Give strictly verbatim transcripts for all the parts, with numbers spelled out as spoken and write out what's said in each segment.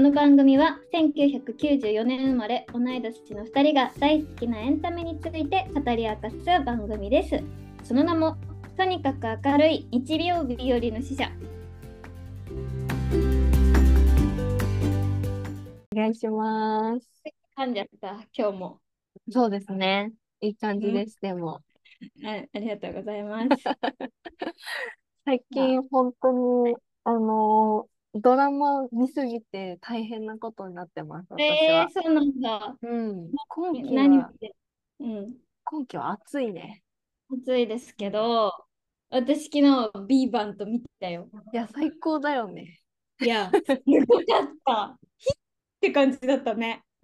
の番組はせんきゅうひゃくきゅうじゅうよねん生まれ、同い年のふたりが大好きなエンタメについて語り明かす番組です。その名も、とにかく明るい日曜日よりの使者。 お願いします。 噛んじゃった、今日も。 そうですね。いい感うん、 じです、でも。 あ、ありがとうございます。 最あ、 近、本当に、あの、ドラマ見すぎて大変なことになってます、私えー、 は。 そうなんだ。 うん。今な期は、 何見て、うん、 今期は暑いね。 暑いですけうん。 ど、私昨日ビーバンと見てたよ。 いや、最高だよね。 いや、すごかった。って感じだったね。 うん。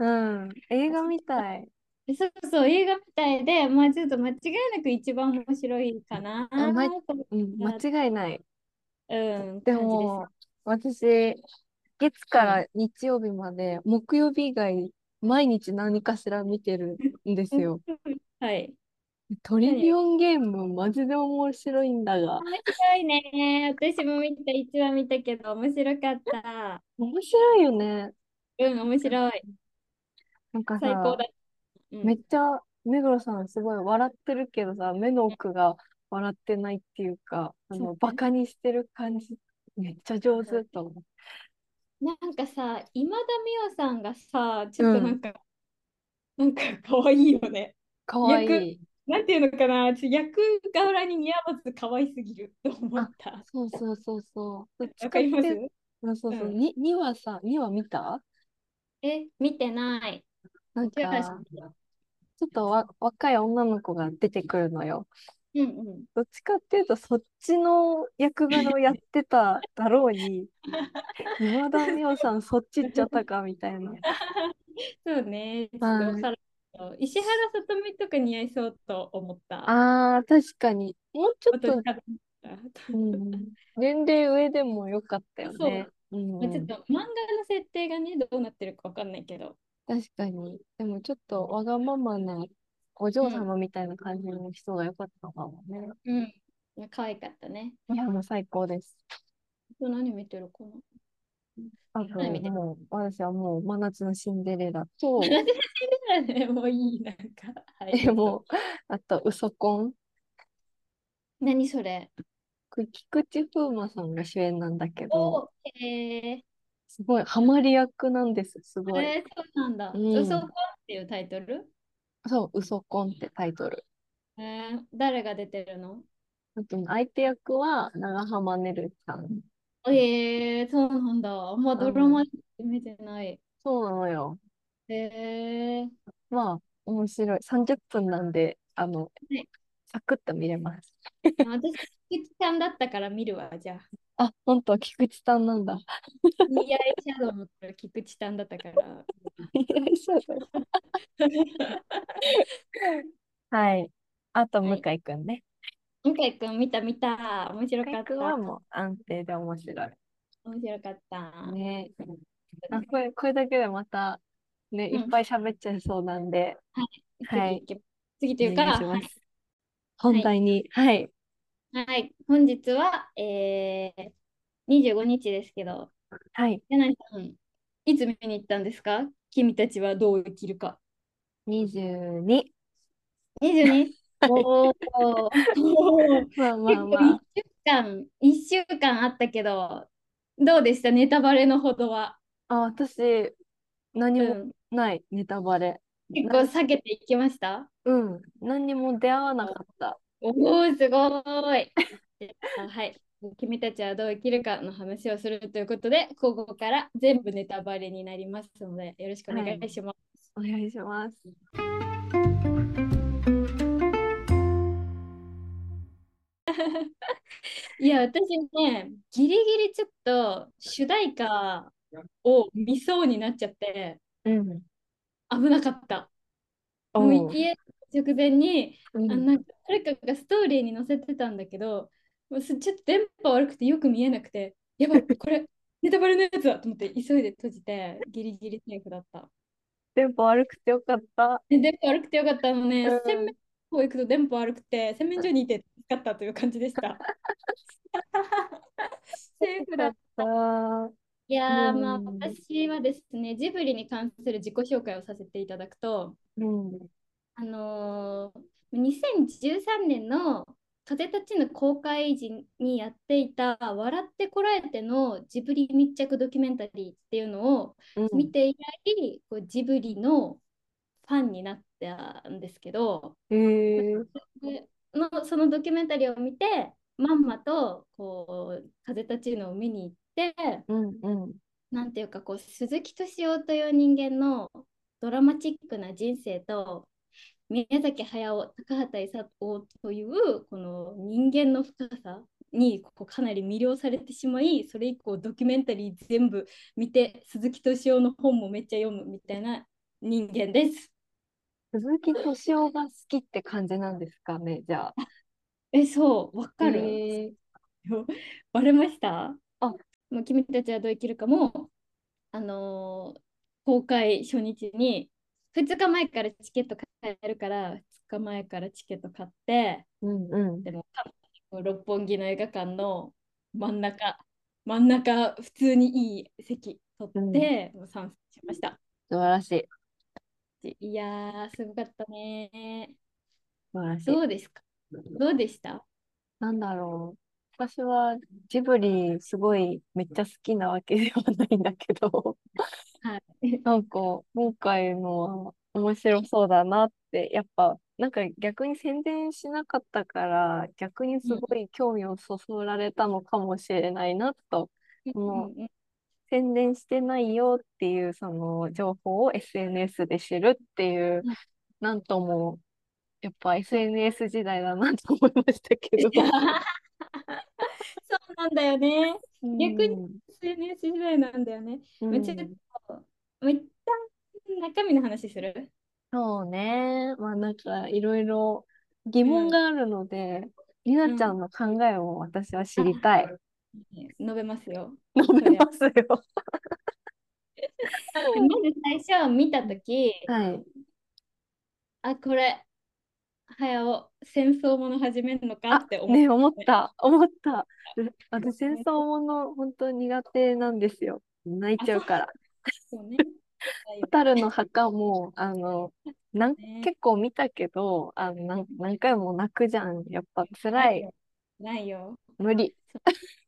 映画みたい。 そうそう、映画みたいで、まあちょっと間違いなく一番面白いかなあ、ま、 と思っうん、間た、 違いない。 うん、 で感じです。 も、私、月かうん。 ら日曜日まで、木曜日以外、毎日何かしら見てるんですよ。 はい。 トリ何、 リオンゲーム、マジで面白いんだが。 面白いね。私も見た、一話見たけど、面白かった。 面白いよね。 うん、面白い。 なんかさ、 最高だ。うん。 めっちゃ、目黒さんすごい笑ってるけどさ、目の奥が笑ってないっていうか、あの、バそうね。 カにしてる感じ、めっちゃ上手と思なんかさ、今田美桜さんがさ、ちう。 ょっとうん。 なんか、なんか可愛いよね。 かわい役、 い。 なんていうのかな、ちょ役柄に似合わず可愛すぎると思あ、 った。 そうそうそうそう。どっちわかります？ かって、あそうそう、 うん。 に、にはさ、には見たえ、見てない。 なんじゃあ、 か、ちょっとわ、若い女の子が出てくるのよ。 うんうん。 どっちかっていうと、そっちの役柄をやってただろうに、今田美桜さん、そっち行っちゃったかみたいな。 そうね、ちょっとわはい。 からんけど。石原さとみとか似合いそうと思った。 ああ、確かに。もうちょっと、 私かと思った。 うん、年齢上でもよかったよそう。 ね。うんまあ、ちょうん。 っと漫画の設定がね、どうなってるかわかんないけど。 確かに。でもちょっとわがままなお嬢うん。 様みたいな感じの人がよかったのかもね。 うん。いや可愛かったね。 いや、もう最高です。 あと何見てるかな？ あと、 何見てる？ もう、私はもう、真夏のシンデレラと、 同じだね。もういい、なんか。はい、 え、 どうぞ。 もう、あと、ウソ婚。 何それ？ これ菊池風磨さんが主演なんだけど、 お、えすごい、ハマり役なんです、すごい。 ー、えー、そうなんだ。嘘子うん。 っていうタイトル？ そう、ウソ婚ってタイトル。 えー、誰が出てるの？ あと、相手役は長濱ねるさん。 えー、そうなんだ。あんまうん。 ドラマ見てない。 そうなのよ。 えー、 まあ、面白い。さんじゅっぷんなんで、あの、 ね、 サクッと見れます。 私、菊池さんだったから見るわ、じゃあ。 あ、本当は菊池さんなんだ。 いいアイシャドウ持ったら菊池さんだったから。 いらっしゃる。はい。あと、向はい。 井くんね。 向井くん見た見た。面白向井かった。 くんはもう安定で面白い。 面白かった。 ね。あ、これ、これだけでまた、ね、いうん。 っぱい喋っちゃいそうなんで、 はい。 はい。 次行け、次とお願いいうか、はい。 します。本はい。 題に。はい。 はい。本日は、えー、にじゅうごにちですけど、 はい。 柳さん、いつ見に行ったんですか？君たちはどう生きるか。 にじゅうに。 にじゅうに？ はい。 おお、 まあま結構1 あまあ。 週間、一週間あったけど、どうでした？ネタバレのほどは。 あ、私、何もうん。 ない、ネタバレ。 結構な、 避けていきました？ うん。何にも出会わなかった。 おおー、すごい。じゃあはい。君たちはどう生きるかの話をするということで、ここから全部ネタバレになりますので、よろしくお願はい。 いします。 お願いします。 いや、私ね、ギリギリちょっと主題歌を見そうになっちゃって、 うん。 危なかった。もうおう。 家直前に、あ、 うん。 なんか誰かがストーリーに載せてたんだけど、もうすちょっと電波悪くてよく見えなくて、やばい、これ、ネタバレのやつだと思って急いで閉じて、ギリギリセーフだった。 テンポ悪くてよかった。 で電波悪くてよかったのうね、洗面ん。 所行くと電波悪くて、洗面所にいて助かったという感じでした。 よセーフだ。 かった。 いうやー、まあ、 ん。 私はですね、ジブリに関する自己紹介をさせていただくと、 うん。 あのーにせんじゅうさんねんの風立ちぬ公開時にやっていた「笑ってこらえて」のジブリ密着ドキュメンタリーっていうのをうん。 見て以来、こうジブリのファンになったんですけど、 へえ。 でのそのドキュメンタリーを見て、まんまとこう風立ちぬを見に行って、 うんうん。 なんていうかこう鈴木敏夫という人間のドラマチックな人生と、宮崎駿、高畑勲というこの人間の深さにこうかなり魅了されてしまい、それ以降ドキュメンタリー全部見て、鈴木敏夫の本もめっちゃ読むみたいな人間です。 鈴木敏夫が好きって感じなんですかね、じゃあ。 え、そう、わへかる？ え。 バレました？ あ、 もう君たちはどう生きるかも、あのー公開初日にふつかまえからチケット買えるから、ふつかまえからチケット買って、 うんうん。 でも六本木の映画館の真ん中、真ん中、普通にいい席取っうん。 て、もう参戦しました。 素晴らしい。 いやー、すごかったね。 素晴らしい。 どうですか？どうでした？ なんだろう。私はジブリすごいめっちゃ好きなわけではないんだけど、 はい。 なんか今回のは面白そうだなって、やっぱなんか逆に宣伝しなかったから逆にうんすごい興味をそそられたのかもしれないなと、 うんこのうん宣伝してないよっていうその情報を エスエヌエス で知るっていう、 うん。 なんともやっぱそう。 エスエヌエス 時代だなと思いましたけど。 そうなんだよね。 う逆にん。 エスエヌエス 時代なんだよね。 うめっちゃ、 ん。 めっちゃ中身の話する？ そうね。まあなんかいろいろ疑うん。 問があるので、りなうん。 ちゃんの考えを私は知あ、 りたい。 述べますよ。 述べそりゃ。 ますよ。 でまず最初見たとき、 はい。 あ、これ、早尾、戦争もの始めるのかあ、 って思っね、思ったね。 た。思った。で私、戦争もの、本当苦手なんですよ。泣いあ、そう、 ちゃうから。 そうね。だよ蛍の墓も、あの、なん、 ね。 結構見たけど、あの、なん何回も泣くじゃん。やっぱ辛い。 ないよ。ないよ。 無理。 そう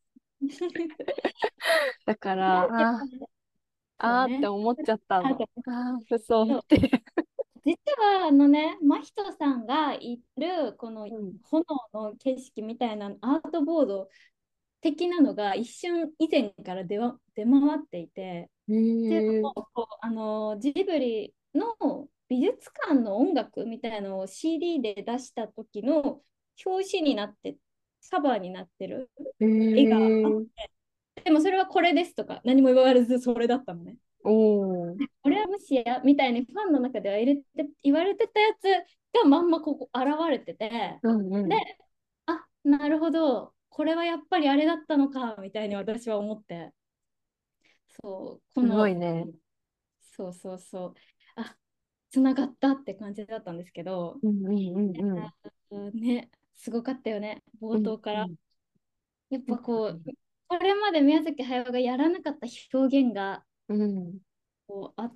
だから、 なんで、 あー、あーってそうね。 思っちゃったあの。 と、 あー、嘘っそうて。 実はあのね、真人さんがいるこのうん。 炎の景色みたいなアートボード的なのが一瞬以前から出わ出回っていて、 へっていうえ。 のもこうあのジブリの美術館の音楽みたいなのを シーディー で出した時の表紙になって、カバーになってるへ絵があっえ。 て、でもそれはこれですとか何も言われずそれだったのね。 おー。 これはもしやみたいにファンの中では入れて言われてたやつがまんまここ現れてて、 うんうで、 ん。 あ、なるほど、これはやっぱりあれだったのかみたいに私は思って、そう、こすごいの、 ね。 そうそうそう、あ、つながったって感じだったんですけど、 うんうんうんうん。 うんね、すごかったよね、 う冒頭から。 んうん。 やっぱこう、これまで宮崎駿がやらなかった表現がうん。 こうあって、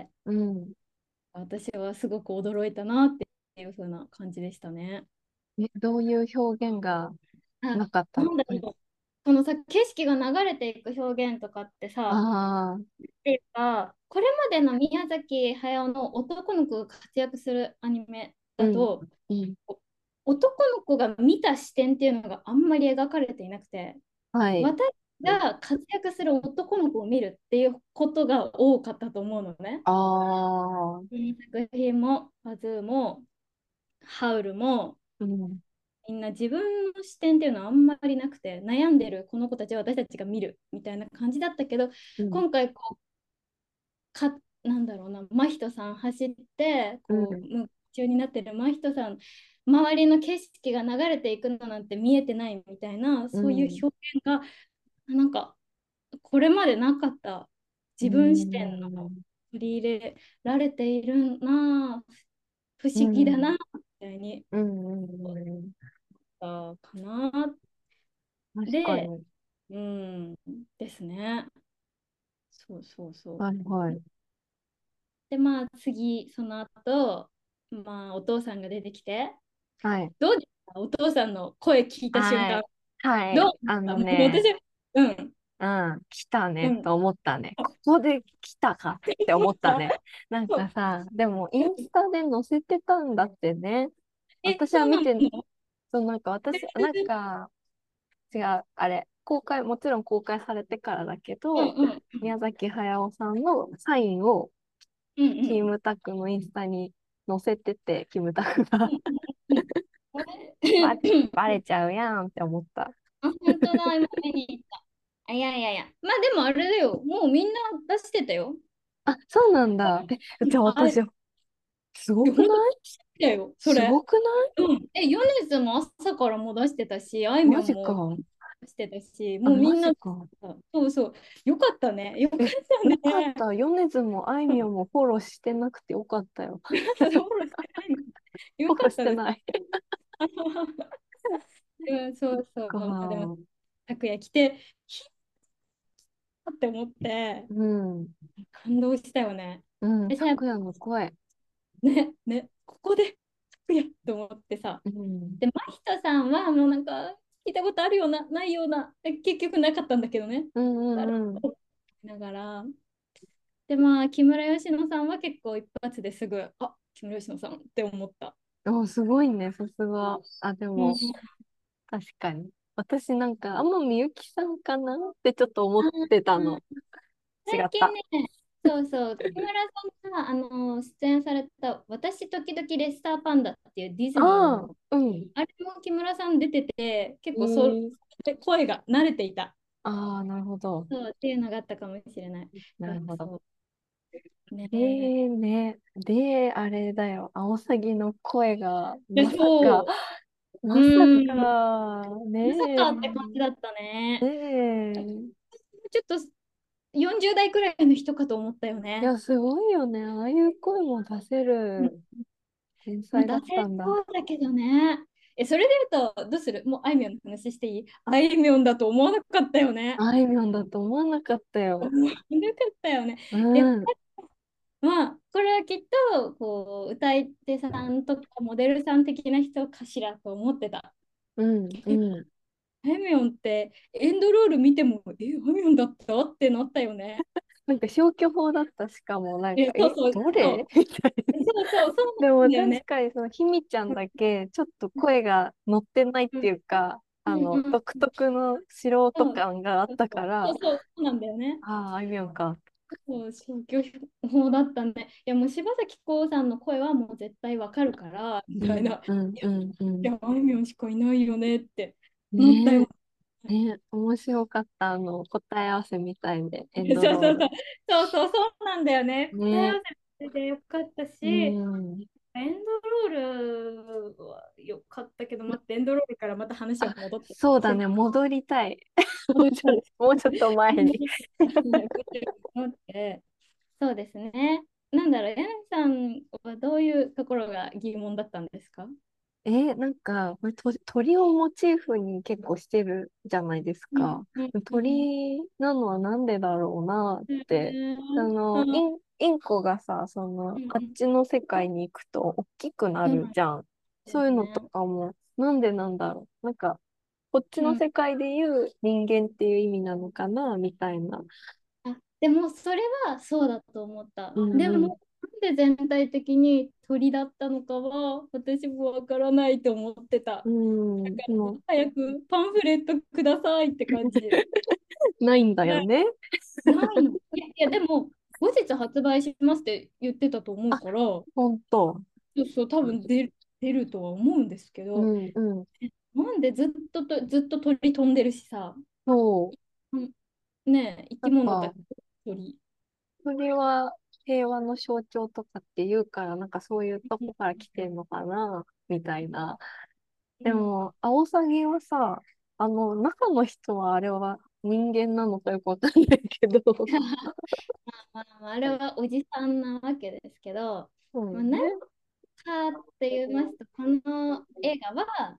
うん。 私はすごく驚いたなっていう風な感じでしたね。 え、どういう表現があ、 なかった？ なんだろう。このさ、景色が流れていく表現とかってさ、 ああっていうか、これまでの宮崎駿の男の子が活躍するアニメー、うん。 だと、 うん。 男の子が見た視点っていうのがあんまり描かれていなくて、 はい。 私が活躍する男の子を見るっていうことが多かったと思うのね。 ああ。 作品も、パズーも、ハウルも、 うん。 みんな自分の視点っていうのはあんまりなくて、悩んでるこの子たちは私たちが見るみたいな感じだったけど、 うん。 今回こうかなんだろうな、真人さん走ってうん。 こう夢中になってる真人さん、周りの景色が流れていくのなんて見えてないみたいな、そういううん。 表現がなんかこれまでなかったう自分視点のん。 取り入れられているな、不う思議だん。 なみたいにうん。うん。 思ったかな。で、 確かに。 うんですね。 そうそうそう。 はいはい。 で、まあ次、その後、まあお父さんが出てきて、 はい。 どうでしたお父さんの声聞いた瞬間。 はい。はい。 どうでしあのたもう私、 ね、 うん、 うん、来たうん。 ねと思ったね。ここで来たかって思ったね。なんそうかさ、でもインスタで載せてたんだってね。 え、 私そうなのは見て、そう、なんか私、なんか、違う、あれ、公開、もちろん公開されてからだけど、 うんうん宮崎駿さんのサインをうんうんうんキムタクのインスタに載せてて、キムタクがうんバ、 うんバレちゃうやんって思った。 あ、本当だ、今見に行った。あ、いやいやいや。まあでもあれだよ。もうみんな出してたよ。 あ、そうなんだ。え、じゃああ、 私、 いすごや、本当にくない？ 出してたよ、そすれ。 ごくない？ うん。え、米津も朝からもう出してたし、あいみマジか。 ょんも出してたし、 あ、 もうみんな、 マジか。 そうそう。よかったね。よかっえ、 たね。 よかった。米津もあいみょんもフォローしてなくてよかったよ。 フォローしてないの。よフォローかったです。 してない。 うん、そうそう。 か。 まあでも、拓也来て、ひっって思って、 うん。 感動したよね。 うん。 え、じゃあ、 咲夜の声。 ね、ね、ここで、拓也と思ってさ。 うん。 で、真人さんはもうなんか、聞いたことあるような、ないような、え結局なかったんだけどね。 うんうだろんうん。 うながら。で、まあ、木村佳乃さんは結構一発ですぐ、あ、木村佳乃さんって思った。 お、すごいね、さすが。あ、でうん。 も、確かに。私なんか、天海祐希さんかなってちょっと思ってたの。違った。 最近ね、そうそう、木村さんが、あの出演された「私時々レッサーパンダ」っていうディズニーああ、 の、 うん。 あれも木村さん出てて、結え構そー、 声が慣れていた。 ああ、なるほど。 そうっていうのがあったかもしれない。そうなるほど。 そうねええ。 ー、ね。で、あれだよ。アオサギの声が、 で、 まさか、 そう、 まさうん、 か、 まさねえ。 かって感じだったね。 ねえ。 ちょっとよんじゅう代くらいの人かと思ったよね。 いや、すごいよね。ああいう声も出せうんる天まあ、 才だ出せったんだ。 そうだけどね。え、それで言うと、どうするもうあいみょんの話していいあいみょんだと思わなかったよね。 あいみょんだと思わなかったよ。 思わなかったよね。 うやっん。 ぱ、まあ、これはきっと、こう、歌い手さんとかモデルさん的な人かしらと思ってた。 うん、うん。 あいみょんってエンドロール見ても、え、あいみょんだったってなったよね。 なんか消去法だった、しかも、なんえ、 か、え、 そうそう、 どれそう、 みたいな。 そうそう、そうでもなんだよね。 確かにそのひみちゃんだけちょっと声が乗ってないっうんていうか、あの、 うんうん独特の素人そう感があったから、 そうそう、そうなんだよね。 ああ、あいみょんか。 そう、消去法だったね。いや、もう柴咲コウさんの声はもう絶対わかるから、みうん、 たいな。 うん、うん、うん。 いや、あいみょんしかいないよねってなったねよ。 え、ねえ、面白かった。あの、答え合わせみたいで、エンそうそうそう。 ドロール。 そうそうそうなんだよね。答え合ねわせでよかったし、 え、うエん。 ンドロールはよかったけど、待って、エンドロールからまた話があ、 戻って、それそうだね、戻りたい。もうちょっと、 戻りたい。 もうちょっと前に。 戻ってそうですね。なんだろう、柳さんはどういうところが疑問だったんですか？ えーなんか、これと鳥をモチーフに結構してるじゃないですうんか。 うんうん鳥なのはなんでだろうなっうんて。あうの、イんン、インコがさ、その、あっうんちの世界に行くと大きくなそうなんるじゃん。 だよそういうのとね。 かも、なんでなんだろう。なんか、こっちのうん世界でいう人間っていう意味なのかな、みたいな。 あ、でもそれはそうだと思った。 うんうん。 でも、なんで全体的に鳥だったのかは私もわからないと思ってた。 うん、でも、 早くパンフレットくださいって感じ。 ないんだよなね。 ないの。いや、いやでも、後日発売しますって言ってたと思うあ、 から、そほんと。 うそう、多分出る、出るとは思うんですけど、 うんうん。 なんでずっとと、ずっと鳥飛んでるしさ、 そう。 うんねえ、生やっぱ、 き物たち鳥。 鳥は平和の象徴とかって言うから、なんかそういうとこから来てんのかな、みたいな。 うん、 でも、アオサギはさ、あの、中の人はあれは人間なのかよくわかんないけど。 まあまあ、あれはおじさんなわけですけど、まあ、 そうね。 何かって言いますと、この映画は、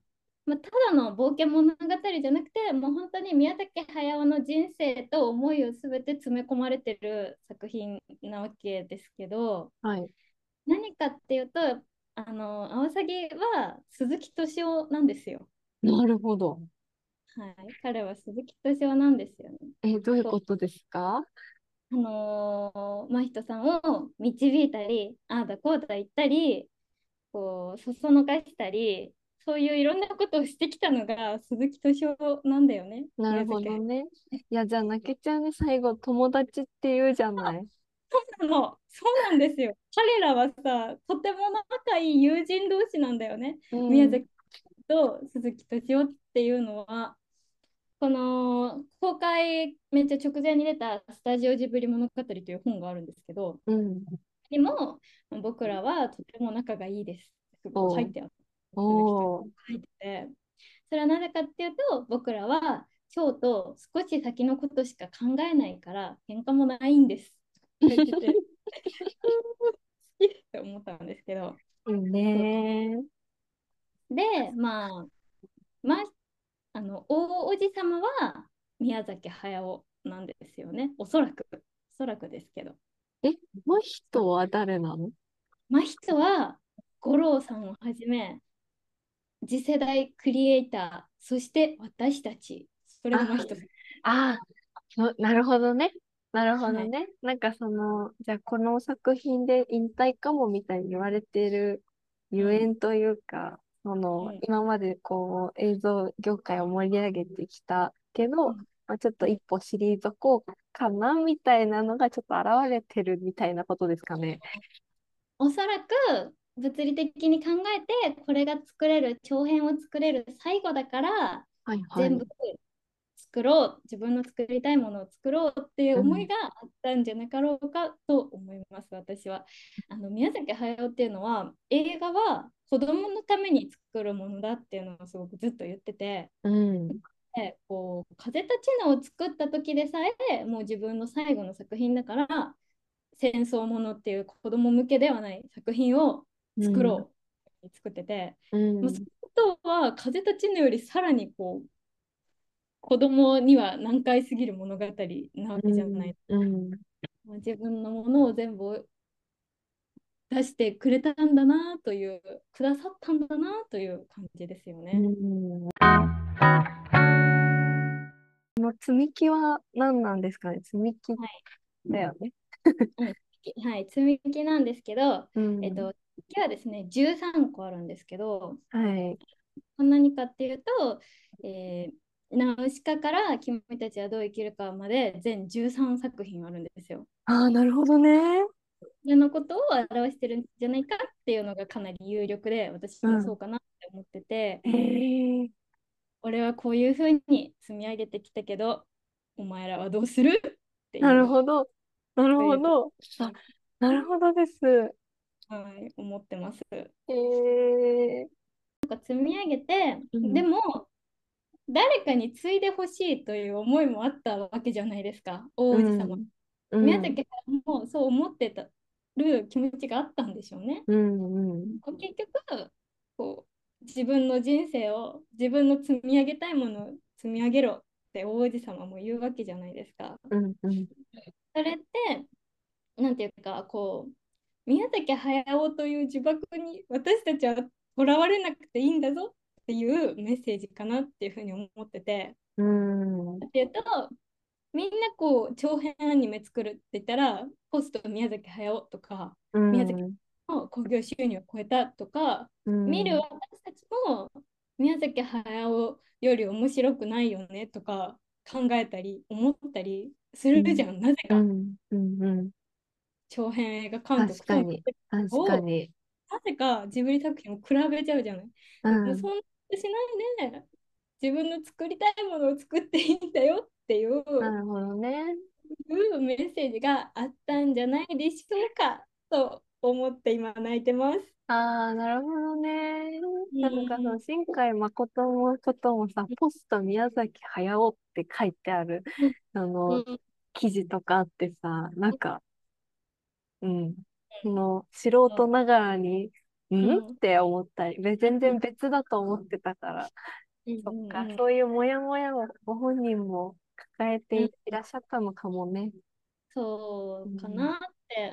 まあ、ただの冒険物語じゃなくて、もう本当に宮崎駿の人生と思いをすべて詰め込まれてる作品なわけですけど、 はい。 何かっていうと、あの、アオサギは鈴木敏夫なんですよ。 なるほど。 はい。彼は鈴木敏夫なんですよね。 え、どういうそう。 ことですか？ あのー、真人さんを導いたり、ああだこうだ言ったり、こう、そそのかしたり、そういういろんなことをしてきたのが鈴木敏夫なんだよね。 なる宮崎駿。 ほどね。いや、じゃあ泣けちゃうね、最後、友達って言うじゃない。 のそうなんですよ。彼らはさ、とても仲いい友人同士なんだよね。 うん。 宮崎と鈴木敏夫っていうのは。この公開めっちゃ直前に出た「スタジオジブリ物語」という本があるんですけど、 うん。 にも僕らはとても仲がいいですってこう書おー。 いてある。鈴木敏おー。 夫書いてて、それはなぜかっていうと、僕らは今日と少し先のことしか考えないから喧嘩もないんですって言ってて、好きって思ったんですけど、 いいそうねで、まあ、まあ、あの大おじ様は宮崎駿なんですよね。おそらく、おそらくですけど。 ー。え、真人は誰なの？ 真人は五郎さんをはじめ、次世代クリエイター、そして私たち、それがあ、 真人さん。 あー、なるほどね。なるほはい。 どね。なんかその、じゃあこの作品で引退かもみたいに言われてるゆえうん。 んというか、その、 うん。 今までこう映像業界を盛り上げてきたけど、 うん。 まあ、ちょっとうん。 一歩退こうかなみたいなのがちょっと現れてるみたいなことですかね。 おそらく物理的に考えて、これが作れる、長編を作れる最後だから、 はいはい。 全部作ろう、自分の作りたいものを作ろうっていううん。 思いがあったんじゃなかろうかと思います、私は。あの宮崎駿っていうのは、映画は子供のために作るものだっていうのをすごくずっと言ってて、 うん。 でこう風立ちぬを作った時でさえ、もう自分の最後の作品だから、戦争ものっていう子供向けではない作品をうん。 作ろう作ってて、 うもうそん。 のことは風立ちぬよりさらにこう子供には難解すぎる物語なわうん。 けじゃない。 うん。 自分のものを全部出してくれたんだなという、くださったんだなという感じですようね。 ん。この積み木は何なんですかね。積み木はい。 だよね。 うん、はい、積み木なんですけど、 うん。 えっと、積み木はですね、じゅうさんこあるんですけど、 はい。 こん何かっていうと、えーナウシカから君たちはどう生きるかまで全じゅうさんさく品あるんですよ。 ああ、なるほどね。 それのことを表してるんじゃないかっていうのがかなり有力で、私うん。 もそうかなって思ってて、 へえ。 俺はこういうふうに積み上げてきたけど、お前らはどうするってないう、 るほど。なるそういうこほど。あ、なと、 るほどです。 はい、思ってます。 へえ。 なんか積み上げて、 うん。 でも、誰かに継いでほしいという思いもあったわけじゃないですか、大王子様。 うん。う宮ん。 崎さんもそう思ってたる気持ちがあったんでしょうね。 うん。うん。 結局こう自分の人生を自分の積み上げたいものを積み上げろって大王子様も言うわけじゃないですか。 うん。うん。 それってなんていうかこう宮崎駿という呪縛に私たちはとらわれなくていいんだぞっていうメッセージかなっていうふうに思ってて、 うん。 っていうと、みんなこう長編アニメ作るって言ったらポスト宮崎駿とかう宮崎ん。 の興行収入を超えたとか、 うん。 見る私たちも宮崎駿より面白くないよねとか考えたり思ったりすうん。 るじゃん、なぜか。 うん。うん。うん。 長編映画監督と確かに。確かをに。 なぜかジブリ作品を比べちゃうじゃない。 うん。 でもそんなことしないで自分の作りたいものを作っていいんだよっていうなるほどね。 いうメッセージがあったんじゃないでしょうかと思って今泣いてます。 ああ、なるほどね。 うなんかその、 ん。 新海誠のこともさ、ポスト宮崎駿って書いてある、 うん。 あの、 うん。 記事とかあってさ、なんか、うん。その、素人うん。 ながらに、 んっうん。 て思ったり、べ全然別だと思ってたから、 うんそっか、 うんうん。 そういうモヤモヤをご本人も抱えてうん、 いらっしゃったのかもね。 そうかうん、 なって、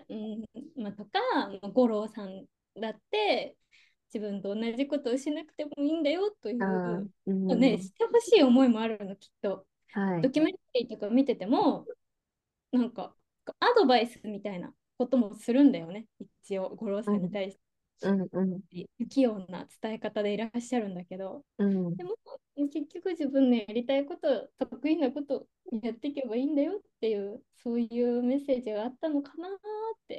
うん、まあ、とか、まあ五郎さんだって自分と同じことをしなくてもいいんだよといあう、 ー、うもうね、 ん、 してほしい思いもあるの、きっと。 はい。 ドキュメンタリーとか見てても、なんかアドバイスみたいなこともするんだよね、一応、五郎うん、 さんに対して。 うん、うん、 不器用な伝え方でいらっしゃるんだけど、 うん。 でも結局自分のやりたいこと、得意なことをやっていけばいいんだよっていう、そういうメッセージがあったのかなって。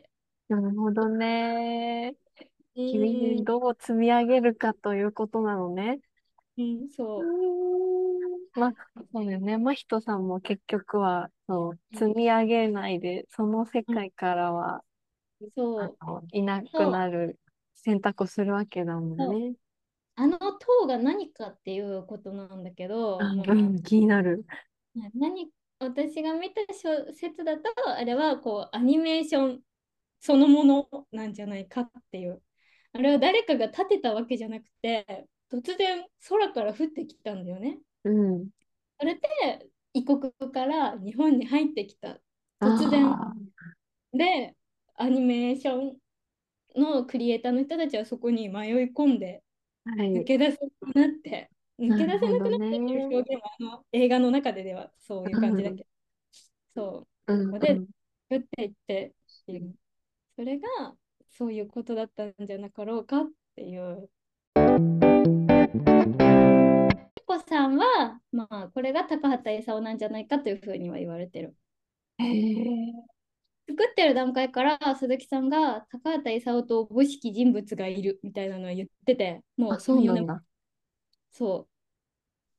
なるほどね。 う君にん、 どう積み上げるかということなのね。 うん、 うーそん。まあ、そうよね。真人さんも結局は、そう、 う。うん、 積み上げないで、その世うん、 界からは、あそう。 の、いなくそう。 なる選択をするわけだもんそう、 ね。 あの塔が何かっていうことなんだけど、 あ、 まあ、 うん、気になる。 何、私が見た小説だと、あれはこうアニメーションそのものなんじゃないかっていう。あれは誰かが建てたわけじゃなくて、突然空から降ってきたんだよね。 うん。 それで異国から日本に入ってきた。突然あで、アニメーションのクリエイターの人たちはそこに迷い込んで、 あ、はい。 抜け出せなくなって、抜け出せなるほどなくなってっていうね。 表現はあの映画の中でではそういううん、 感じだけど、そう、 うん、 そこでうん。 降っていってっていう、それがそういうことだったんじゃなかろうかっていう。コさんは、まあ、これが高畑勲なんじゃないかというふうには言われてる。 へえ。 作ってる段階から鈴木さんが高畑勲とおぼしき人物がいるみたいなのを言ってて、もあ、 うさん、4年、 そうなんだ。 そう。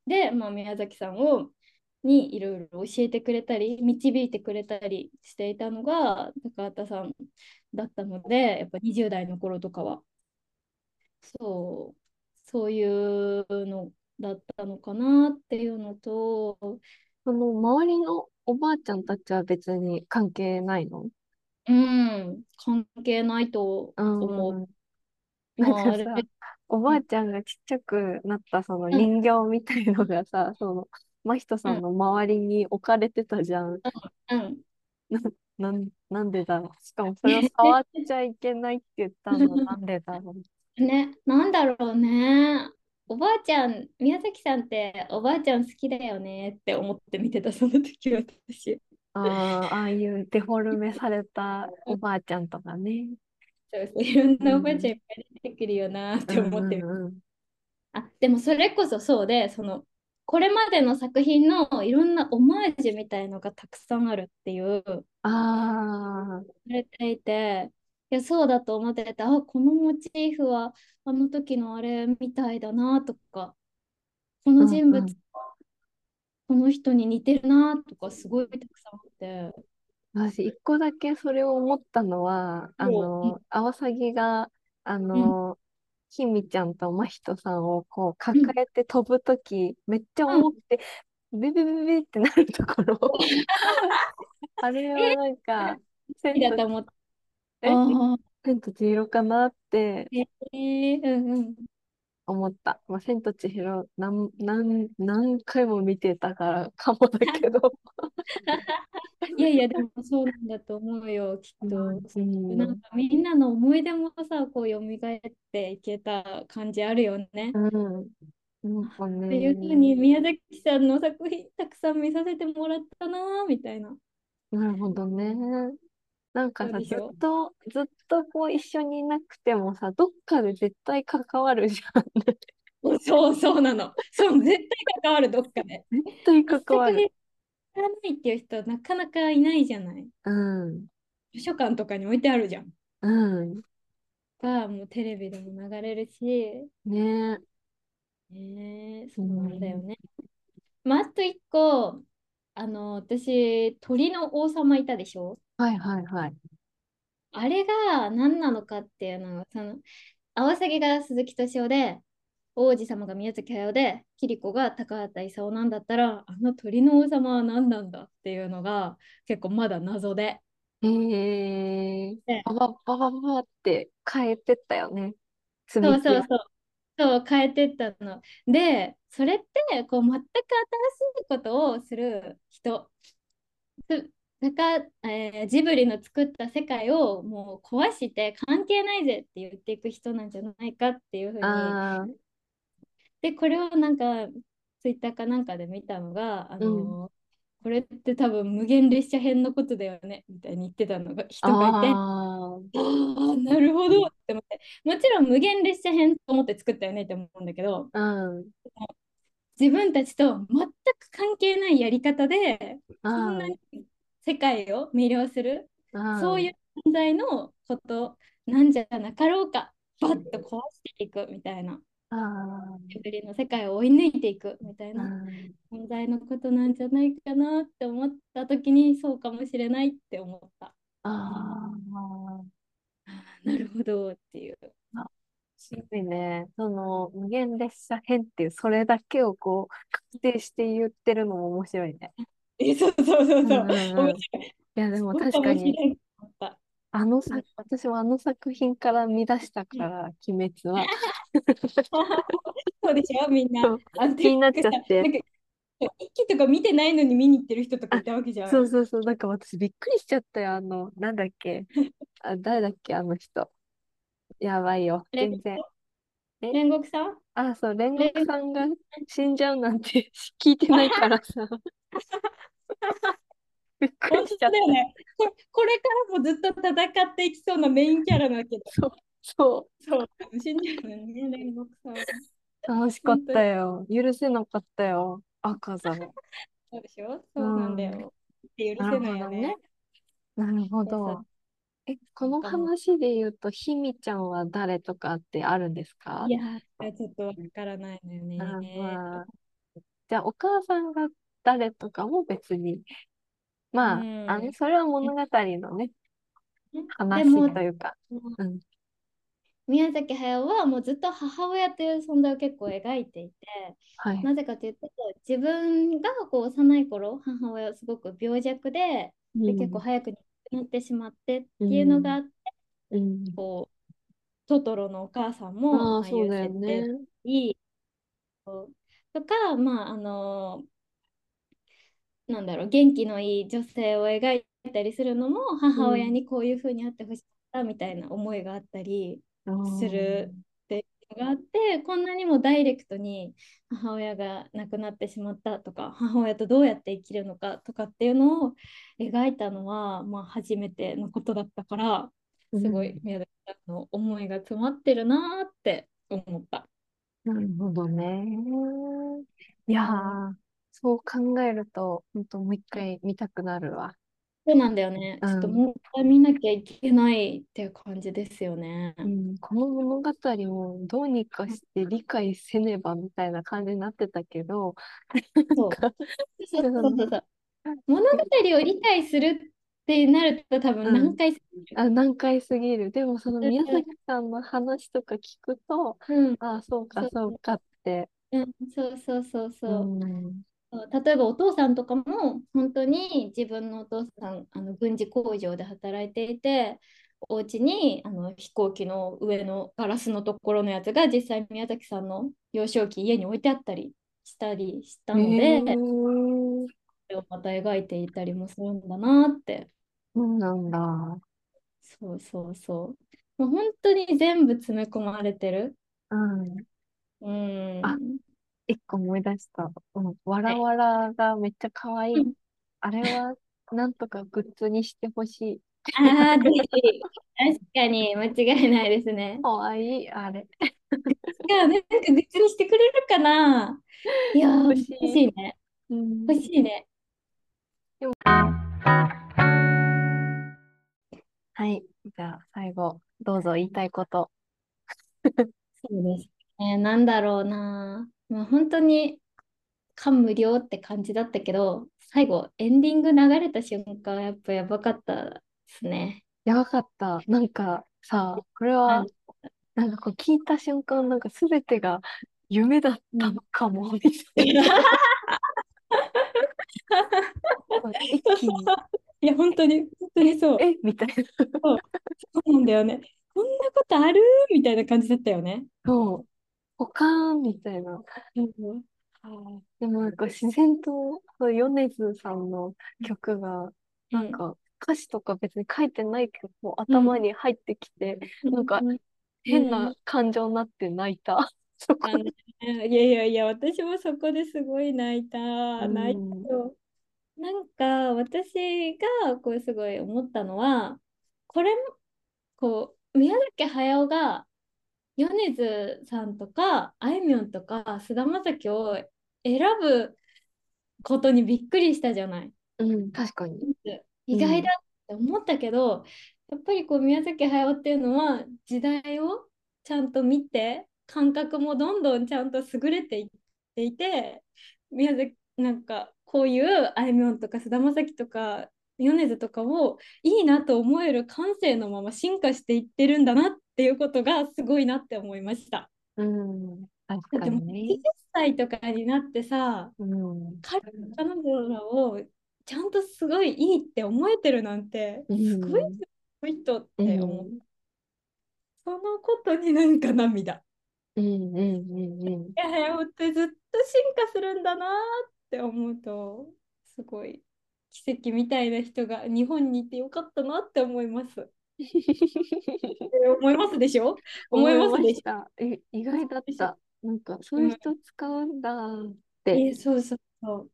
で、まあ、宮崎さんをにいろいろ教えてくれたり、導いてくれたりしていたのが高畑さんだったので、やっぱにじゅう代の頃とかは、そう、そういうのだったのかなっていうのと、 その周りのおばあちゃんたちは別に関係ないの？ うん、関係ないとう思ん。 う。 なんまあ、あれ、 かさ、おばうん、 あちゃんがちっちゃくなったそのうん、 人形みたいのがさ、その、真人うん、 さんの周りに置かれてたじゃん。 うん。 な、なん、なんでだろう。しかもそれを触っちゃいけないって言ったのなんでだろう。 ね、なんだろうね。おばあちゃん、宮崎さんっておばあちゃん好きだよねって思って見てた、その時私。 ああ、ああいうデフォルメされたおばあちゃんとかね。 そうそう、いろんうん。 なおばあちゃんいっぱい出てくるよなっうんうて思ってる。 んうん。 あ、でもそれこそそうで、その、これまでの作品のいろんなオマージュみたいのがたくさんあるっていうああ、 言われていて、いや、そうだと思ってて、あ、このモチーフはあの時のあれみたいだなとか、この人物、 うんうん。 この人に似てるなとか、すごいたくさんあって、 私、一個だけそれを思ったのは、あそう、うん、 の、アオサギが、あうん、 の、ひみちゃんとまひとさんをこう抱うん、 えて飛ぶとき、めっちゃうん。 重くて、ビビビビってなるところ。あれはえ、 なんか、 好き千と、 だと思った。 え、 ああ、 千と千尋かなってえー、うんうん。 思った。まあ、千と千尋何、何、何回も見てたからかもだけど。 いやいや、でもそうなんだと思うよ、きっうん、 と。 うん、 なんかみんなの思い出もさ、こう蘇っていけた感じあるよね。 うん。なんかっていうふうね、 に宮崎さんの作品たくさん見させてもらったなーみたいな。 なるほどね。なんかさ、ずっそうでしょ？ と、ずっとこう一緒にいなくてもさ、どっかで絶対関わるじゃんね。 そうそうなの。そう、絶対関わる、どっかで。 絶対一関わる。 作品やらないっていう人なかなかいないじゃない。 うん。 図書館とかに置いてあるじゃん。 うん。 が、もうテレビでも流れるし、 ねえ。 ねえ、 うそうなんだよん。 ね。まあ、あと一個、あの、私、鳥の王様いたでしょ？ はいはいはい。 あれが何なのかっていうのが、その、アオサギが鈴木敏夫で、王子様が宮崎駿で、桐子が高畑勲なんだったら、あの鳥の王様は何なんだっていうのが結構まだ謎で。 へえ。 で、 ババババババって変えてったよね。 積み木を。 そうそうそう。そう変えてったの。で、それってこう全く新しいことをする人、すなんか、えージブリの作った世界をもう壊して関係ないぜって言っていく人なんじゃないかっていうふうに。 ああ、 で、これをなんかツイッターかなんかで見たのが、あうん。 のこれって多分無限列車編のことだよねみたいに言ってたのがあ人がいて、 あ、 ああ、なるほどって思って、もちろん無限列車編と思って作ったよねって思うんだけど、 うん。 自分たちと全く関係ないやり方で、 あこんなあ、 に世界を魅了する、 あそういうあ、 存在のことなんじゃなかろうか、バッと壊していくみたいな、 ああ、 ジブリの世界を追い抜いていくみたいあなあ、 存在のことなんじゃないかなって思った時に、そうかもしれないって思った。 ああ、 なるほどっていう。 あ、すごいね。その、無限列車編っていう、それだけをこう、確定して言ってるのも面白いね。 え、そうそうそうそう。 うんうんうん。い面白い。 や、でもそうかも確かに、 しれんと思った。 あのうん。 作、私もあの作品から見出したから、鬼滅は。 そうでしょみんな。 そうあ、てか気になっちゃっさ、なて。 んか、一期とか見てないのに見に行ってる人とかあ、 いたわけじゃん。 そうそうそう。なんか私びっくりしちゃったよ。あの、なんだっけ。あ、誰だっけ、あの人。やばいよ。 れ全然。え煉獄さん。 あ、そう、煉煉獄。 獄さんが死んじゃうなんて聞いてないからさ。びっくり本当しちゃった。 だよね。これ、これからもずっと戦っていきそうなメインキャラだけど。 そう、そそう、死んじゃうよね、煉獄さん。 う。楽しかっ本当に。 たよ。許せなかったよ。赤座が。 そうでしょうそうなんだん。 よ。許せなるほどね。 ないよね。 なるほでさ、 ど。え、このなんかもう、 話で言うと、ひみちゃんは誰とかってあるんですか？ いやー、ちょっとわからないのよあ、 ね。 まあ、じゃあ、お母さんが誰とかも別に、 うまあ、あの、 ん。 それは物語のね、話でも、 というか、うん。 宮崎駿はもうずっと母親という存在を結構描いていて、 はい。 なぜかというと、自分がこう幼い頃、母親はすごく病弱で、で結構うん。 早くに亡くなってしまってっうていうのがん。 あって、 うん。 こうトトロのお母さんもああ、 ああいうそうだよ設定ね。 いいとか、まあ、あのなんだろう、元気のいい女性を描いたりするのも、母親うん。 にこういう風にあってほしかったみたいな思いがあったりあするあ。 っていうのがあって、こんなにもダイレクトに母親が亡くなってしまったとか、母親とどうやって生きるのかとかっていうのを描いたのは、まあ、初めてのことだったから、すごうん。 い宮崎さんの思いが詰まってるなーって思った。 なるほどね。いやうん、 ー、そう考えると、本当もう一回見たくなるわ。 そうなんだよね。ちょっとうん。 もう一回見なきゃいけないっていう感じですよね。 うん、この物語もどうにかして理解せねばみたいな感じになってたけど、なんそう。 か、 そうその、 そうそうそう。物語を理解するってなると多分うん。 難解すぎる。 あ、難解すぎる。でも、その宮うん、 崎さんの話とか聞くと、 うん、 ああ、そうか、 そうそうかって、 うん、そうそうそううそう。 ん、 そう例えばお父さんとかも本当に自分のお父さんあの軍事工場で働いていて、お家にあの飛行機の上のガラスのところのやつが実際宮崎さんの幼少期家に置いてあったりしたりしたへので、 え、 それをまた描いていたりもするんだなって。 そうなんだ。 そうそうそう。もう本当に全部詰め込まれてる。 うん。 うあ、 ん。 一個思い出した。うん、わらはい。 わらがめっちゃ可愛い。 うん。 あれは、なんとかグッズにしてほしい。 ああ、ぜひ。確かに間違いないですね。 可愛い、あれ。 いや、なんかグッズにしてくれるかな。いやー、 欲しい。 欲しいね。 うん。 欲しいね。 でも、はい。じゃあ、最後、どうぞ言いたいこと。 そうですね。なんだろうな。まあ、本当に感無量って感じだったけど、最後、エンディング流れた瞬間、やっぱやばかったですね。 やばかった。なんかさ、これあ、 は、なんかこう聞いた瞬間、なんかすべてが夢だったうん。 のかも、みたいな。一気に、 いや、本当に、本当え、 にそう。 え、みたいな。 そう、そうなんだよね。こんなことあるみたいな。 たいな感じだったよね。 そう、ポカーンみたいな。 うんでもなんか自然と、そう米津さんの曲が、 うんなんか歌詞とか別に書いてないけど、こううん頭に入ってきて、なんかうん変うんな感情になって泣いた。そこで。 あね、いやいやいや、私もそこですごい泣いうた。泣いん。 たよ。なんか、私がこうすごい思ったのは、これも、こう、宮崎駿が米津さんとか、あいみょんとか、菅田将暉を選ぶことにびっくりしたじゃない。 うん、確かに。 意外だうん。 って思ったけど、やっぱりこう宮崎駿っていうのは時代をちゃんと見て、感覚もどんどんちゃんと優れていっていて、宮崎なんかこういうあいみょんとか菅田将暉とか米津とかをいいなと思える感性のまま進化していってるんだなっていうことがすごいなって思いました。 うん。確かだってもうにね。 はちじゅっさいとかになってさ、 うん。 彼彼女らをちゃんとすごいいいって思えてるなんてうすごいん。 すごい人っうて思う。 ん。 そのことになんか涙。 うん。うん。うん。うん。 いや、早尾ってずっと進化するんだなって思うと、すごい奇跡みたいな人が日本にいてよかったなって思います。え思いますでしょ？思い思いますでしました。え、意外だっょ？ た。なんか、そういううん。 人使うんだって。 え、そうそうそう。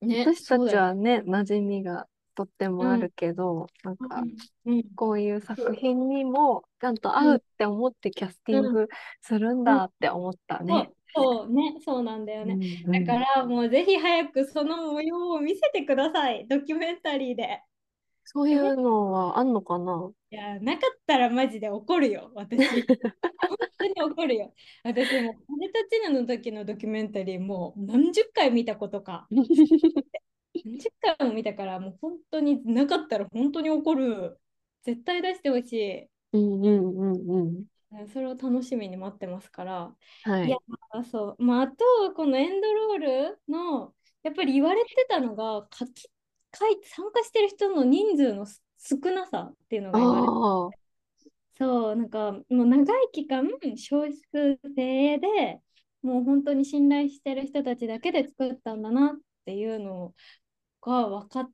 ね、 私たそうだよ。 ちはね、馴染みがとってもあるうん。 けど、なんうか、 ん。うん。 こういう作品にも、ちゃんとうん。 合うって思ってキャスティうん。 ングするんうん。 だって思ったね。 そう、そうね、そうなんだよね。 うん、うだかん。 らもうぜひ早くその模様を見せてください、ドキュメンタリーで。え、 そういうのはあんのかな？ いや、なかったらマジで怒るよ、私。本当に怒るよ。私もう、金たちの時のドキュメンタリーもう何十回見たことか。何十回も見たから、もう本当になかったら本当に怒る。絶対出してほしい。 うんうんうんうん。 それを楽しみに待ってますから。いや、 はい。 まあそう。まあ、あと、このエンドロールの、やっぱり言われてたのが、書き、書い参加してる人の人数の少なさっていうのあが言われて、 あ、 そう、なんか、もう長い期間、少数精鋭で、もう本当に信頼してる人たちだけで作ったんだなっていうのが分かって、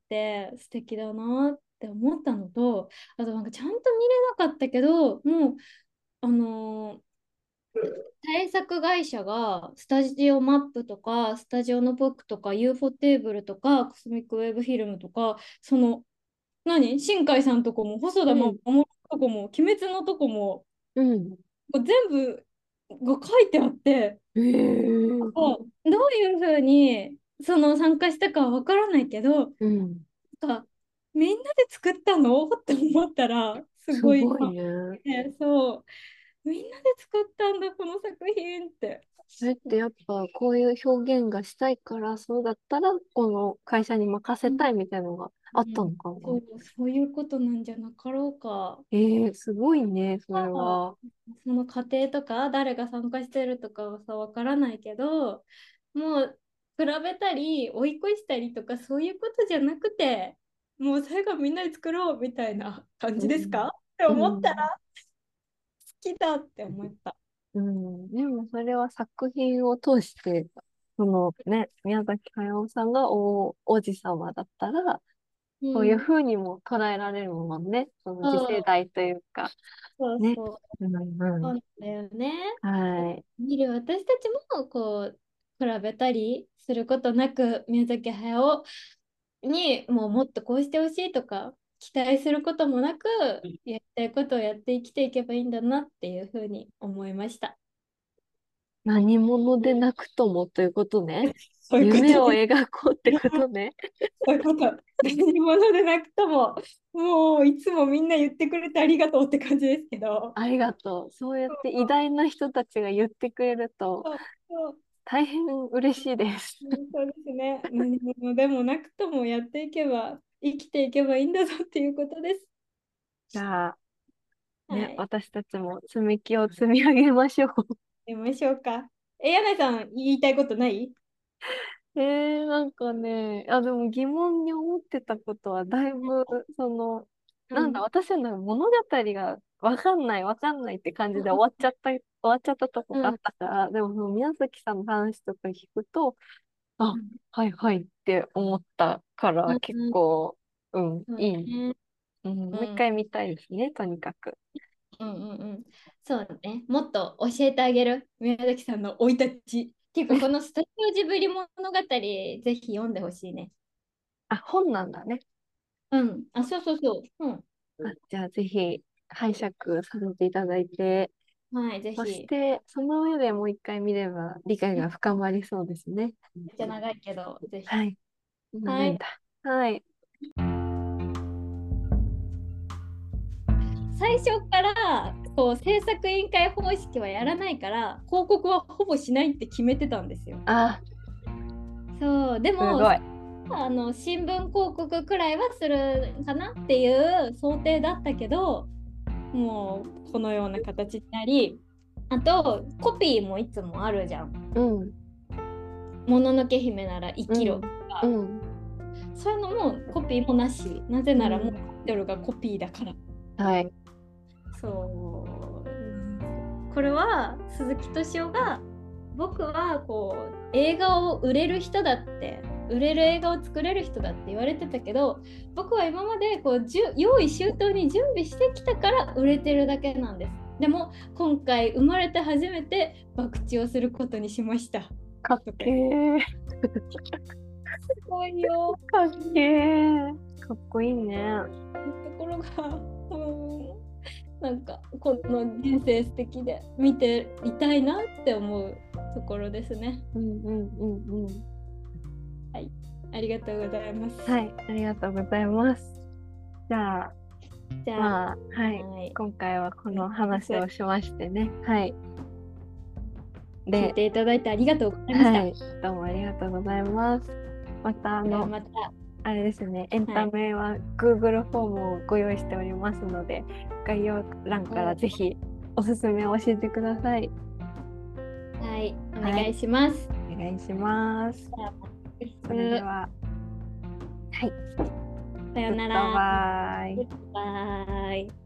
素敵だなって思ったのと、あとなんかちゃんと見れなかったけど、もう、あのー制作会社がスタジオマップとかスタジオのボックとか ユーフォ テーブルとかコスミックウェーブフィルムとかその何新海さんとこも細田守うん、 のとこも鬼滅のとこもうん。 全部が書いてあってええ、 こうどういうふうにその参加したかは分からないけどうん。 なんかみんなで作ったのって思ったらすすごい、 ごいね。 ね、そうみんなで作ったんだこの作品って。 それってやっぱこういう表現がしたいから、そうだったらこの会社に任せたいみたいなのがあったのかな。 そう、そういうことなんじゃなかろうか。 ええ、すごいね、それあは。 その過程とか誰が参加してるとかはさ、わからないけど、もう比べたり追い越したりとかそういうことじゃなくて、もう最後みんなで作ろうみたいな感うん。 じですかってう思ったらん。 好きだって思った。 うん。でもそれは作品を通して、そのね、宮崎駿さんがお王子様だったら、 うそういうん。 風にも捉えられるもんね。その次世そう代というか、ね。 そうそう。 うんうん。 そうなんだよね。 はい。 見る私たちもこう比べたりすることなく宮崎駿にもうもっとこうしてほしいとか期待することもなくやりたいことをやって生きていけばいいんだなっていうふうに思いました。 何者でなくともということね。 そういうこと夢をです。 描こうってことね。 そういうこと。何者でなくとも、もういつもみんな言ってくれてありがとうって感じですけど。 ありがとう。そうやって偉そう大な人たちが言ってくれるとそうそう大変嬉しいです。 うんそうですね。何者でもなくともやっていけば、生きていけばいいんだぞっていうことです。 じゃあ、ね、 はい。 私たちも積み木を積み上げましょう。 やりましょうか。え、柳井さん、言いたいことない？ えー、なんかね、あ、でも疑問に思ってたことは、だいぶ、その、なんだ、 うん。 私の物語がわかんない、わかんないって感じで終わっちゃった、終わっちゃったとこがあっうん、 たから、でもその宮崎さんの話とか聞くと、あ、はいはいって思ったから結うん、 構、うん、 そういい。 ね。 うん、もう一うん、 回見たいですね、とにかく。 うん、うん、うん。そうね。もっと教えてあげる。宮崎さんの生い立ち。っていうか、このスタジオジブリ物語、ぜひ読んでほしいね。 あ、本なんだね。 うん。あ、そうそうそう。うん。 あ、じゃあぜひ拝借させていただいて、 はい、ぜそしひ。 てその上でもう一回見れば理解が深まりそうですね。 めっちゃ長いけど、ぜひ。 はい。長はい。 いんだ。はい。 最初からこう制作委員会方式はやらないから広告はほぼしないって決めてたんですよ。 あ、 そうでもすごい。 あの新聞広告くらいはするかなっていう想定だったけど、もうこのような形になり、あとコピーもいつもあるじゃん。 うん。 もののけ姫なら生きろとうん。うか、 ん。 そういうのもコピーもなし。なぜならもううん。 タイトルがコピーだから。 はい。 そう、これは鈴木敏夫が、僕はこう映画を売れる人だって、売れる映画を作れる人だって言われてたけど、僕は今までこうじゅ用意周到に準備してきたから売れてるだけなんです。でも今回生まれて初めて博打をすることにしました。 かっけー。 すごいよ。 かっけー。かっこいいね。 ところが、うん、なんかこの人生素敵で見ていたいなって思うところですね。 うんうんうんうん。 はい、ありがとうございます。 はい、ありがとうございます。じゃあ、 じゃあ、 まあ、はい。 はい、 今回はこの話をしましてね。はい。で、 聞いていただいてありがとうございました。 はい。どうもありがとうございます。また、あの、 ではまた、 あれですね、エンタメは Google フォームをご用意しておりますので、概要欄からぜひおすすめを教えてください。 はい、おはい、 願いします。 お願いします。 じゃあそれでは、はい。 さよグッドなら。 バイ。 バイバイ。